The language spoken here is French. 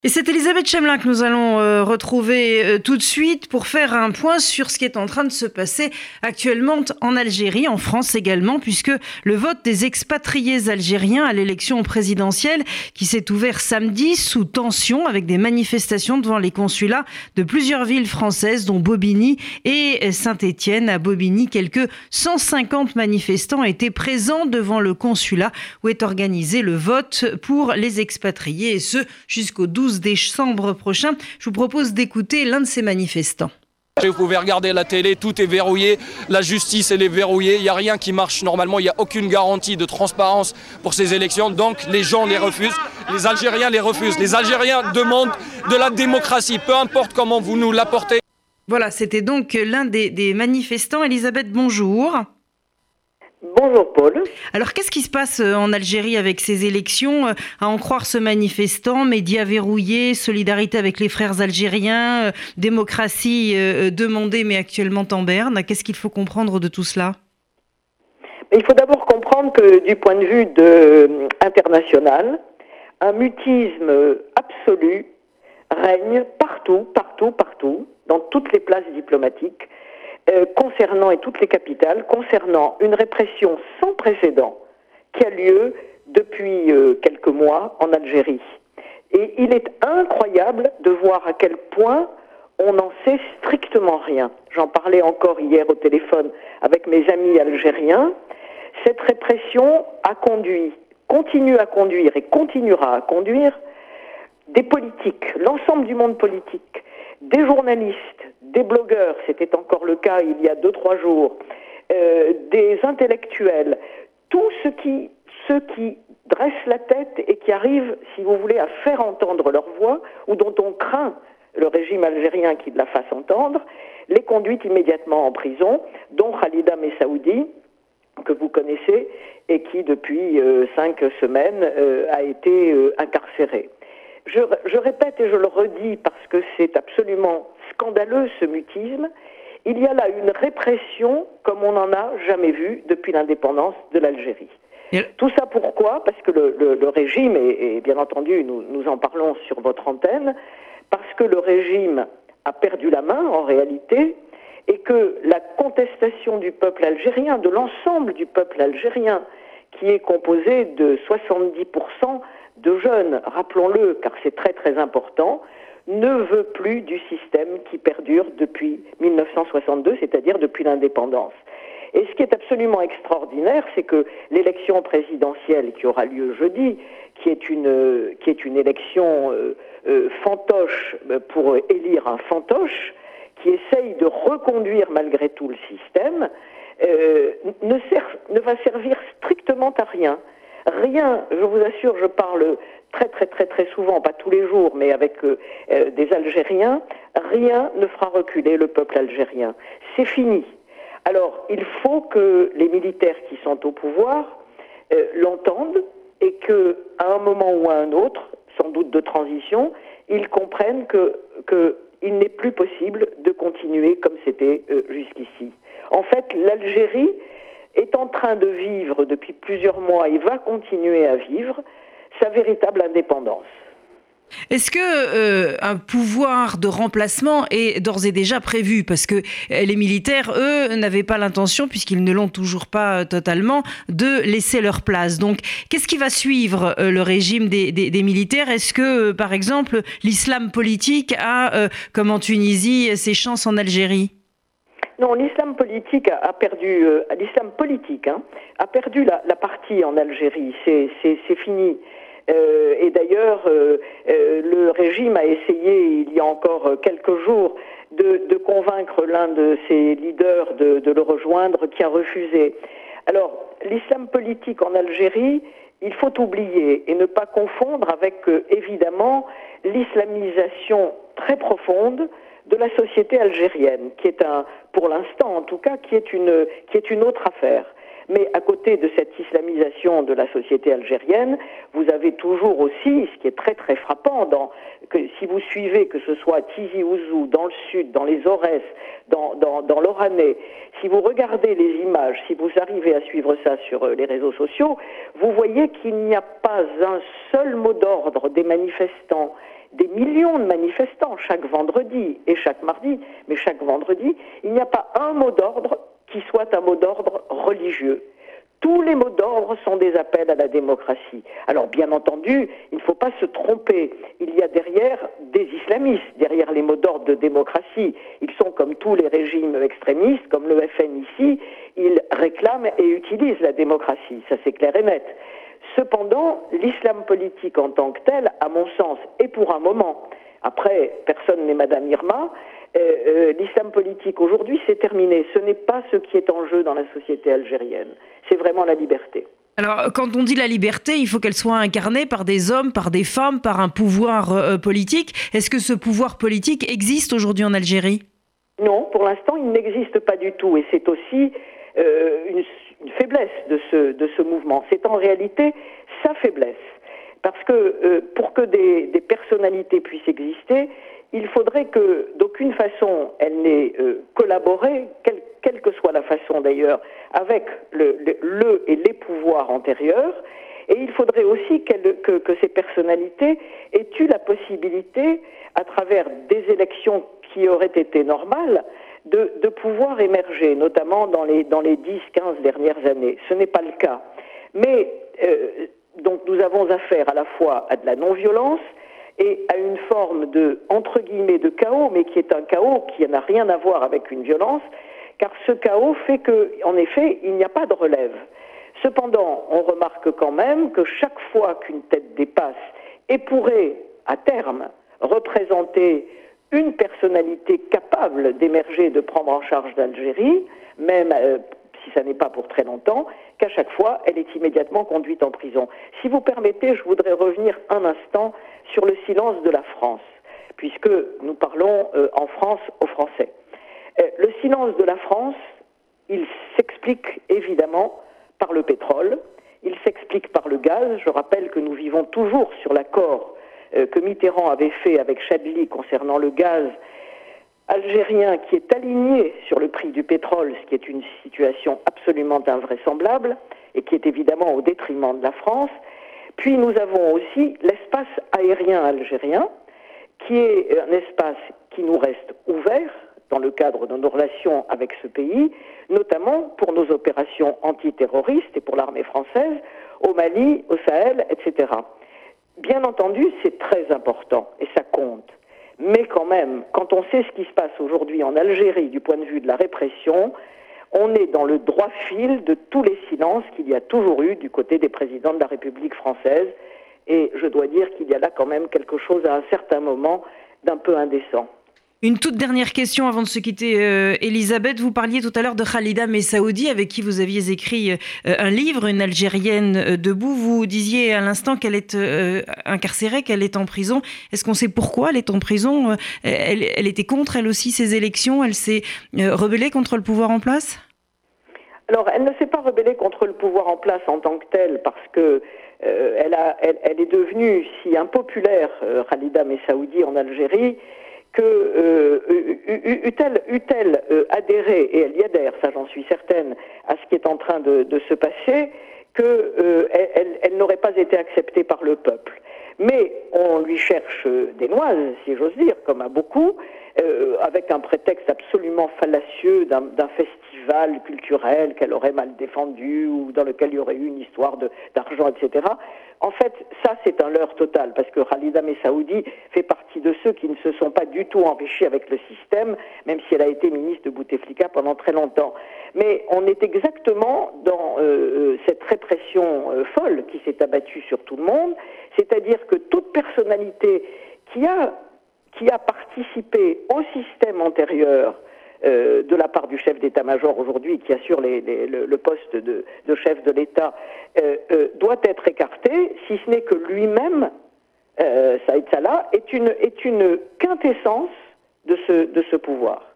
Et c'est Elisabeth Chemelin que nous allons retrouver tout de suite pour faire un point sur ce qui est en train de se passer actuellement en Algérie, en France également, puisque le vote des expatriés algériens à l'élection présidentielle qui s'est ouvert samedi sous tension avec des manifestations devant les consulats de plusieurs villes françaises, dont Bobigny et Saint-Étienne. À Bobigny, quelques 150 manifestants étaient présents devant le consulat où est organisé le vote pour les expatriés, et ce jusqu'au 12 décembre prochain. Je vous propose d'écouter l'un de ces manifestants. Vous pouvez regarder la télé, tout est verrouillé, la justice elle est verrouillée, il n'y a rien qui marche normalement, il n'y a aucune garantie de transparence pour ces élections, donc les gens les refusent, les Algériens les refusent. Les Algériens demandent de la démocratie, peu importe comment vous nous l'apportez. Voilà, c'était donc l'un des manifestants. Elisabeth, bonjour. Bonjour Paul. Alors qu'est-ce qui se passe en Algérie avec ces élections ? À en croire ce manifestant, médias verrouillés, solidarité avec les frères algériens, démocratie demandée mais actuellement en berne. Qu'est-ce qu'il faut comprendre de tout cela ? Il faut d'abord comprendre que du point de vue international, un mutisme absolu règne partout, dans toutes les places diplomatiques, concernant, et toutes les capitales, concernant une répression sans précédent qui a lieu depuis quelques mois en Algérie. Et il est incroyable de voir à quel point on n'en sait strictement rien. J'en parlais encore hier au téléphone avec mes amis algériens. Cette répression continue à conduire et continuera à conduire des politiques, l'ensemble du monde politique, des journalistes, des blogueurs, c'était encore le cas il y a 2-3 jours, des intellectuels, tous ceux qui dressent la tête et qui arrivent, si vous voulez, à faire entendre leur voix, ou dont on craint le régime algérien qui la fasse entendre, les conduit immédiatement en prison, dont Khalida Messaoudi, que vous connaissez, et qui depuis 5 semaines a été incarcérée. Je répète et je le redis parce que c'est absolument scandaleux ce mutisme. Il y a là une répression comme on n'en a jamais vu depuis l'indépendance de l'Algérie. Tout ça pourquoi ? Parce que le régime, et bien entendu nous en parlons sur votre antenne, parce que le régime a perdu la main en réalité, et que la contestation du peuple algérien, de l'ensemble du peuple algérien, qui est composé de 70% de jeunes, rappelons-le, car c'est très très important, ne veut plus du système qui perdure depuis 1962, c'est-à-dire depuis l'indépendance. Et ce qui est absolument extraordinaire, c'est que l'élection présidentielle qui aura lieu jeudi, qui est une élection fantoche pour élire un fantoche, qui essaye de reconduire malgré tout le système, ne va servir strictement à rien. Rien, je vous assure, je parle très souvent, pas tous les jours, mais avec des Algériens, rien ne fera reculer le peuple algérien. C'est fini. Alors, il faut que les militaires qui sont au pouvoir l'entendent et qu'à un moment ou à un autre, sans doute de transition, ils comprennent qu'il n'est plus possible de continuer comme c'était jusqu'ici. En fait, l'Algérie est en train de vivre depuis plusieurs mois et va continuer à vivre sa véritable indépendance. Est-ce que un pouvoir de remplacement est d'ores et déjà prévu ? Parce que les militaires, eux, n'avaient pas l'intention, puisqu'ils ne l'ont toujours pas totalement, de laisser leur place. Donc, qu'est-ce qui va suivre le régime des militaires ? Est-ce que, par exemple, l'islam politique a, comme en Tunisie, ses chances en Algérie ? Non, l'islam politique a perdu la partie en Algérie. C'est fini. Et d'ailleurs, le régime a essayé, il y a encore quelques jours, de convaincre l'un de ses leaders de le rejoindre, qui a refusé. Alors, l'islam politique en Algérie, il faut oublier et ne pas confondre avec, évidemment, l'islamisation très profonde de la société algérienne, qui est pour l'instant en tout cas, qui est une autre affaire. Mais à côté de cette islamisation de la société algérienne, vous avez toujours aussi, ce qui est très très frappant, que si vous suivez, que ce soit à Tizi Ouzou, dans le sud, dans les Aurès, dans l'Oranais, si vous regardez les images, si vous arrivez à suivre ça sur les réseaux sociaux, vous voyez qu'il n'y a pas un seul mot d'ordre des manifestants des millions de manifestants chaque vendredi et chaque mardi, mais chaque vendredi, il n'y a pas un mot d'ordre qui soit un mot d'ordre religieux. Tous les mots d'ordre sont des appels à la démocratie. Alors bien entendu, il ne faut pas se tromper. Il y a derrière des islamistes, derrière les mots d'ordre de démocratie. Ils sont comme tous les régimes extrémistes, comme le FN ici, ils réclament et utilisent la démocratie. Ça c'est clair et net. Cependant, l'islam politique en tant que tel, à mon sens, et pour un moment, après personne n'est Madame Irma, l'islam politique aujourd'hui c'est terminé. Ce n'est pas ce qui est en jeu dans la société algérienne. C'est vraiment la liberté. Alors, quand on dit la liberté, il faut qu'elle soit incarnée par des hommes, par des femmes, par un pouvoir politique. Est-ce que ce pouvoir politique existe aujourd'hui en Algérie ? Non, pour l'instant, il n'existe pas du tout. Et c'est aussi une faiblesse de ce mouvement. C'est en réalité sa faiblesse. Parce que pour que des personnalités puissent exister, il faudrait que, d'aucune façon, elles n'aient collaboré, quelle que soit la façon d'ailleurs, avec le et les pouvoirs antérieurs. Et il faudrait aussi que ces personnalités aient eu la possibilité, à travers des élections qui auraient été normales, de pouvoir émerger, notamment dans les 10-15 dernières années. Ce n'est pas le cas. Mais donc nous avons affaire à la fois à de la non-violence et à une forme de, entre guillemets, de chaos, mais qui est un chaos qui n'a rien à voir avec une violence, car ce chaos fait qu'en effet, il n'y a pas de relève. Cependant, on remarque quand même que chaque fois qu'une tête dépasse et pourrait, à terme, représenter une personnalité capable d'émerger, de prendre en charge l'Algérie, même si ça n'est pas pour très longtemps, qu'à chaque fois, elle est immédiatement conduite en prison. Si vous permettez, je voudrais revenir un instant sur le silence de la France, puisque nous parlons en France aux Français. Le silence de la France, il s'explique évidemment par le pétrole, il s'explique par le gaz. Je rappelle que nous vivons toujours sur l'accord que Mitterrand avait fait avec Chadli concernant le gaz algérien qui est aligné sur le prix du pétrole, ce qui est une situation absolument invraisemblable et qui est évidemment au détriment de la France. Puis nous avons aussi l'espace aérien algérien qui est un espace qui nous reste ouvert dans le cadre de nos relations avec ce pays, notamment pour nos opérations antiterroristes et pour l'armée française au Mali, au Sahel, etc. Bien entendu, c'est très important et ça compte. Mais quand même, quand on sait ce qui se passe aujourd'hui en Algérie du point de vue de la répression, on est dans le droit fil de tous les silences qu'il y a toujours eu du côté des présidents de la République française. Et je dois dire qu'il y a là quand même quelque chose à un certain moment d'un peu indécent. Une toute dernière question avant de se quitter, Elisabeth. Vous parliez tout à l'heure de Khalida Messaoudi, avec qui vous aviez écrit un livre, Une Algérienne debout. Vous disiez à l'instant qu'elle est incarcérée, qu'elle est en prison. Est-ce qu'on sait pourquoi elle est en prison ? Elle était contre, elle aussi, ces élections. Elle s'est rebellée contre le pouvoir en place ? Alors, elle ne s'est pas rebellée contre le pouvoir en place en tant que tel, parce que elle est devenue si impopulaire, Khalida Messaoudi, en Algérie, que eût-elle adhéré, et elle y adhère, ça j'en suis certaine, à ce qui est en train de se passer, qu'elle n'aurait pas été acceptée par le peuple. Mais on lui cherche des noises, si j'ose dire, comme à beaucoup, avec un prétexte absolument fallacieux d'un festival culturel qu'elle aurait mal défendu ou dans lequel il y aurait eu une histoire d'argent, etc. En fait, ça c'est un leurre total, parce que Khalida Messaoudi fait partie de ceux qui ne se sont pas du tout empêchés avec le système, même si elle a été ministre de Bouteflika pendant très longtemps. Mais on est exactement dans cette répression folle qui s'est abattue sur tout le monde, c'est-à-dire que toute personnalité qui a participé au système antérieur de la part du chef d'état-major aujourd'hui qui assure le poste de chef de l'État doit être écarté, si ce n'est que lui-même, Saïd Salah, est une quintessence de ce pouvoir.